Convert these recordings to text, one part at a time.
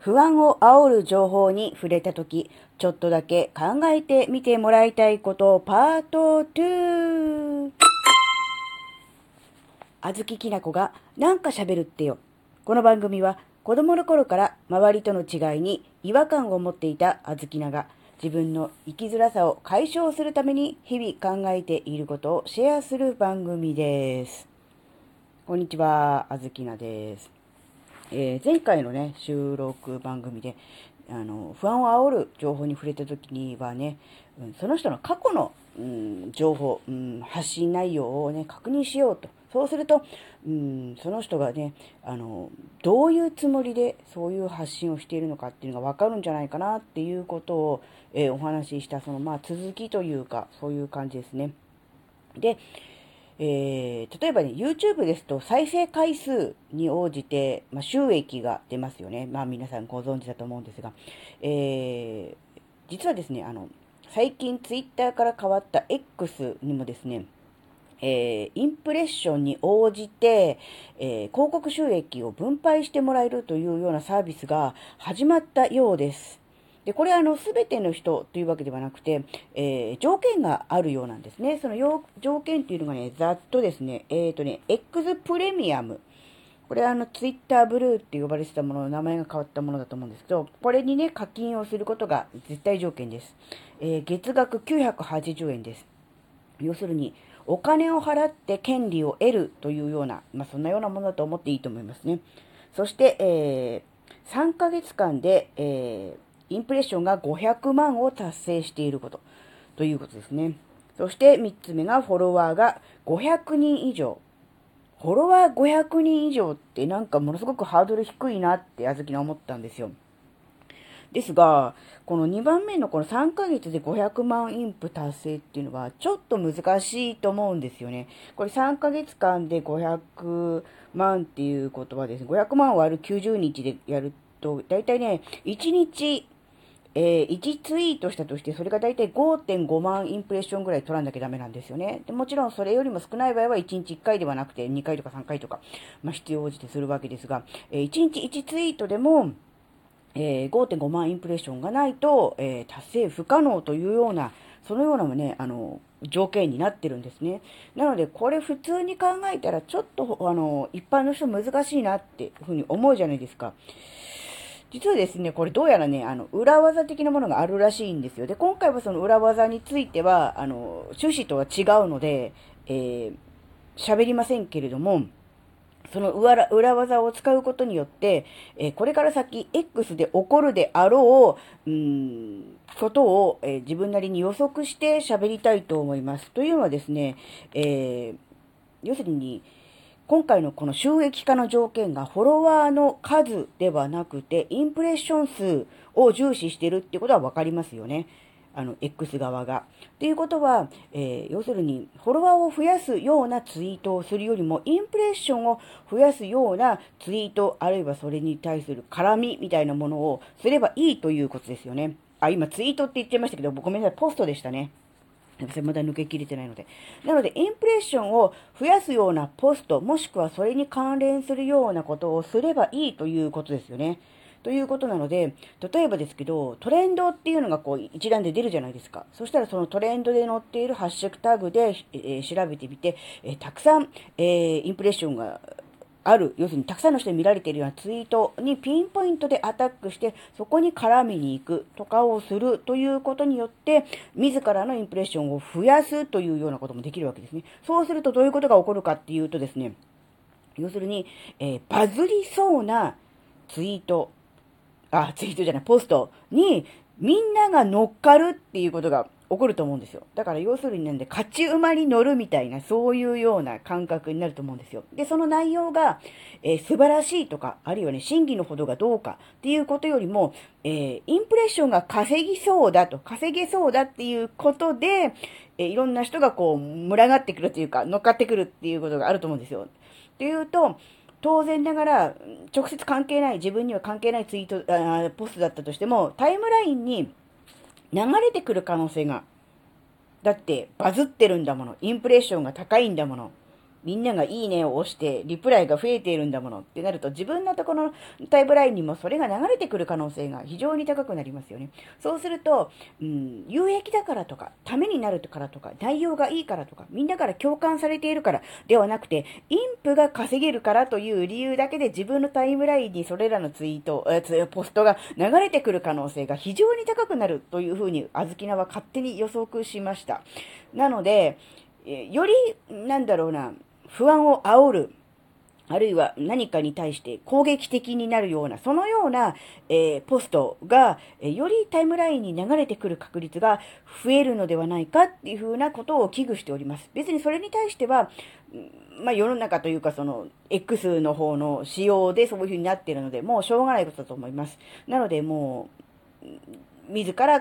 不安を煽る情報に触れたとき、ちょっとだけ考えてみてもらいたいことパート2。あずききなこがなんか喋るってよ。この番組は子供の頃から周りとの違いに違和感を持っていたあずきなが自分の生きづらさを解消するために日々考えていることをシェアする番組です。こんにちは、あずきなです。前回のね、収録番組で、不安を煽る情報に触れた時にはね、その人の過去の、情報、発信内容をね、確認しようと。そうすると、その人がね、どういうつもりでそういう発信をしているのかっていうのがわかるんじゃないかなっていうことを、お話しした、続きというか、そういう感じですね。で、例えばね、YouTube ですと再生回数に応じて、収益が出ますよね。皆さんご存知だと思うんですが、実はですね、最近 Twitter から変わった X にもですね、インプレッションに応じて、広告収益を分配してもらえるというようなサービスが始まったようです。で、これすべての人というわけではなくて、条件があるようなんですね。その条件っていうのがね、ざっとですね、X プレミアム。これツイッターブルーって呼ばれてたものの名前が変わったものだと思うんですけど、これにね、課金をすることが絶対条件です。月額980円です。要するに、お金を払って権利を得るというような、そんなようなものだと思っていいと思いますね。そして、3ヶ月間で、インプレッションが500万を達成していることということですね。そして3つ目がフォロワーが500人以上。フォロワー500人以上ってなんかものすごくハードル低いなってあずきな思ったんですよ。ですが、この2番目のこの3ヶ月で500万インプ達成っていうのはちょっと難しいと思うんですよね。これ3ヶ月間で500万っていうことはですね、500万割る90日でやると、だいたいね、1日、1ツイートしたとして、それがだいたい5.5万インプレッションぐらい取らなきゃダメなんですよね。でもちろんそれよりも少ない場合は1日1回ではなくて2回とか3回とか、必要応じてするわけですが、1日1ツイートでも、5.5万インプレッションがないと、達成不可能というような、そのようなね、条件になってるんですね。なので、これ普通に考えたら、ちょっと、一般の人難しいなっていうふうに思うじゃないですか。実はですね、これどうやらね、裏技的なものがあるらしいんですよ。で、今回はその裏技については、趣旨とは違うので、喋りませんけれども、その裏技を使うことによって、これから先 X で起こるであろう、ことを、自分なりに予測して喋りたいと思います。というのはですね、要するに、今回のこの収益化の条件がフォロワーの数ではなくて、インプレッション数を重視しているっていうことはわかりますよね。X 側が。っていうことは、要するに、フォロワーを増やすようなツイートをするよりも、インプレッションを増やすようなツイート、あるいはそれに対する絡みみたいなものをすればいいということですよね。今ツイートって言っちゃいましたけど、ごめんなさい、ポストでしたね。まだ抜けきれてないので。なので、インプレッションを増やすようなポスト、もしくはそれに関連するようなことをすればいいということですよね。ということなので、例えばですけど、トレンドっていうのがこう一覧で出るじゃないですか。そしたらそのトレンドで載っているハッシュタグで、調べてみて、たくさん、インプレッションがある、要するにたくさんの人に見られているようなツイートにピンポイントでアタックして、そこに絡みに行くとかをするということによって、自らのインプレッションを増やすというようなこともできるわけですね。そうするとどういうことが起こるかっていうとですね、要するに、バズりそうなツイート、ツイートじゃない、ポストにみんなが乗っかるっていうことが起こると思うんですよ。だから要するになんで、勝ち馬に乗るみたいな、そういうような感覚になると思うんですよ。で、その内容が、素晴らしいとか、あるいはね、真偽のほどがどうかっていうことよりも、インプレッションが稼げそうだっていうことで、いろんな人がこう、群がってくるというか、乗っかってくるっていうことがあると思うんですよ。っていうと、当然ながら、直接関係ない、自分には関係ないツイート、ポストだったとしても、タイムラインに流れてくる可能性が。だって、バズってるんだもの。インプレッションが高いんだもの。 みんながいいねを押して、リプライが増えているんだものってなると、自分のところのタイムラインにもそれが流れてくる可能性が非常に高くなりますよね。そうすると、有益だからとか、ためになるからとか、内容がいいからとか、みんなから共感されているからではなくて、インプが稼げるからという理由だけで自分のタイムラインにそれらのツイート、ポストが流れてくる可能性が非常に高くなるというふうに、あずきなは勝手に予測しました。なので、より、不安を煽る、あるいは何かに対して攻撃的になるような、そのような、ポストが、よりタイムラインに流れてくる確率が増えるのではないかっていうふうなことを危惧しております。別にそれに対しては、世の中というかX の方の仕様でそういうふうになっているので、もうしょうがないことだと思います。なのでもう、自ら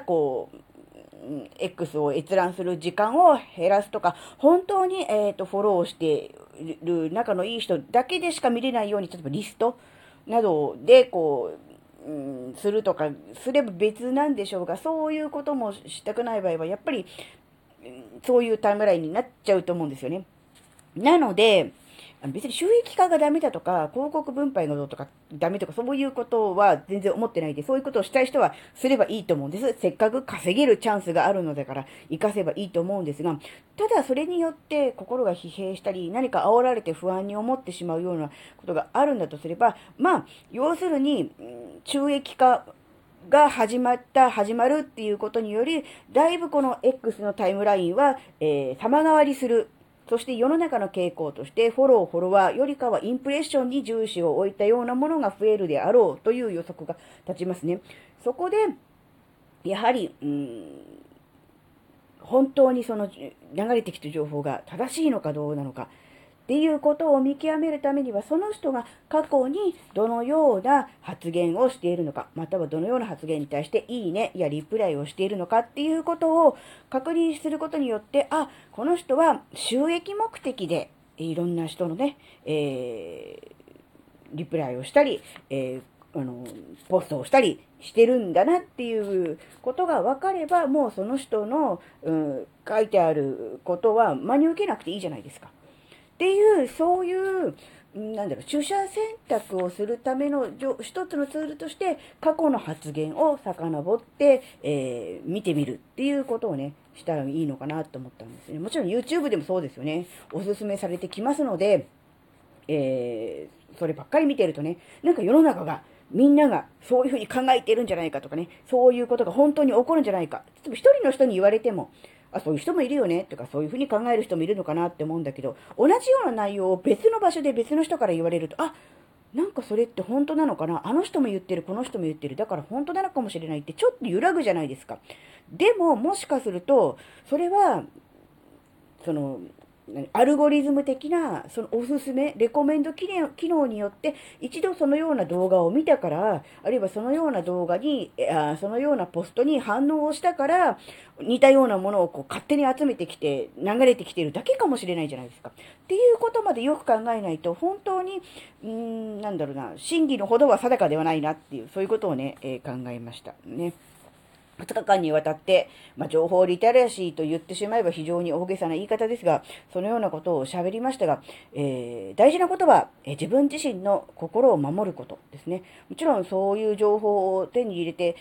X を閲覧する時間を減らすとか、本当に、フォローしている仲のいい人だけでしか見れないように、例えばリストなどでするとか、すれば別なんでしょうが、そういうこともしたくない場合は、やっぱり、そういうタイムラインになっちゃうと思うんですよね。なので、別に収益化がダメだとか、広告分配がどうとかダメとか、そういうことは全然思ってないで、そういうことをしたい人はすればいいと思うんです。せっかく稼げるチャンスがあるのだから、活かせばいいと思うんですが、ただそれによって心が疲弊したり、何か煽られて不安に思ってしまうようなことがあるんだとすれば、要するに、収益化が始まるっていうことにより、だいぶこの X のタイムラインは、様変わりする。そして世の中の傾向としてフォロワーよりかはインプレッションに重視を置いたようなものが増えるであろうという予測が立ちますね。そこで、やはり、本当にその流れてきた情報が正しいのかどうなのかっていうことを見極めるためには、その人が過去にどのような発言をしているのか、またはどのような発言に対していいねやリプライをしているのかっていうことを確認することによって、この人は収益目的でいろんな人のね、リプライをしたり、ポストをしたりしてるんだなっていうことが分かれば、もうその人の、書いてあることは真に受けなくていいじゃないですか。っていう、そういう、取捨選択をするための一つのツールとして、過去の発言を遡って、見てみるっていうことをね、したらいいのかなと思ったんですね。もちろん YouTube でもそうですよね。おすすめされてきますので、そればっかり見てるとね、なんか世の中が、みんながそういうふうに考えているんじゃないかとかね、そういうことが本当に起こるんじゃないか。一人の人に言われても、そういう人もいるよねとか、そういうふうに考える人もいるのかなって思うんだけど、同じような内容を別の場所で別の人から言われると、なんかそれって本当なのかな、あの人も言ってる、この人も言ってる、だから本当なのかもしれないってちょっと揺らぐじゃないですか。でも、もしかすると、それは、アルゴリズム的な、そのおすすめ、レコメンド機能によって、一度そのような動画を見たから、あるいはそのような動画に、そのようなポストに反応をしたから、似たようなものを勝手に集めてきて、流れてきているだけかもしれないじゃないですか。っていうことまでよく考えないと、本当に、真偽のほどは定かではないなっていう、そういうことをね、考えましたね。2日間にわたって、情報リテラシーと言ってしまえば非常に大げさな言い方ですが、そのようなことを喋りましたが、大事なことは、自分自身の心を守ることですね。もちろんそういう情報を手に入れて、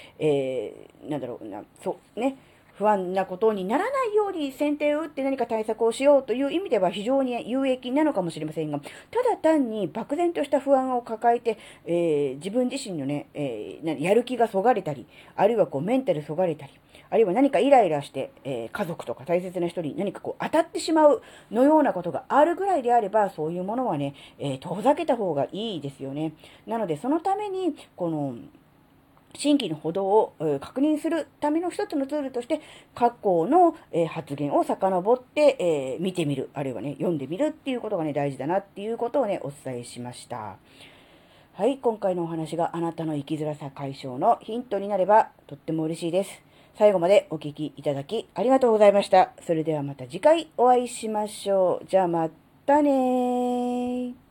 不安なことにならないように先手を打って何か対策をしようという意味では非常に有益なのかもしれませんが、ただ単に漠然とした不安を抱えて、自分自身のね、やる気がそがれたり、あるいはメンタルそがれたり、あるいは何かイライラして、家族とか大切な人に何か当たってしまうのようなことがあるぐらいであれば、そういうものはね、遠ざけた方がいいですよね。なので、そのために、真偽のほどを確認するための一つのツールとして、過去の発言を遡って見てみる、あるいはね、読んでみるっていうことがね、大事だなっていうことをね、お伝えしました。はい、今回のお話があなたの生きづらさ解消のヒントになればとっても嬉しいです。最後までお聞きいただきありがとうございました。それではまた次回お会いしましょう。じゃあまたねー。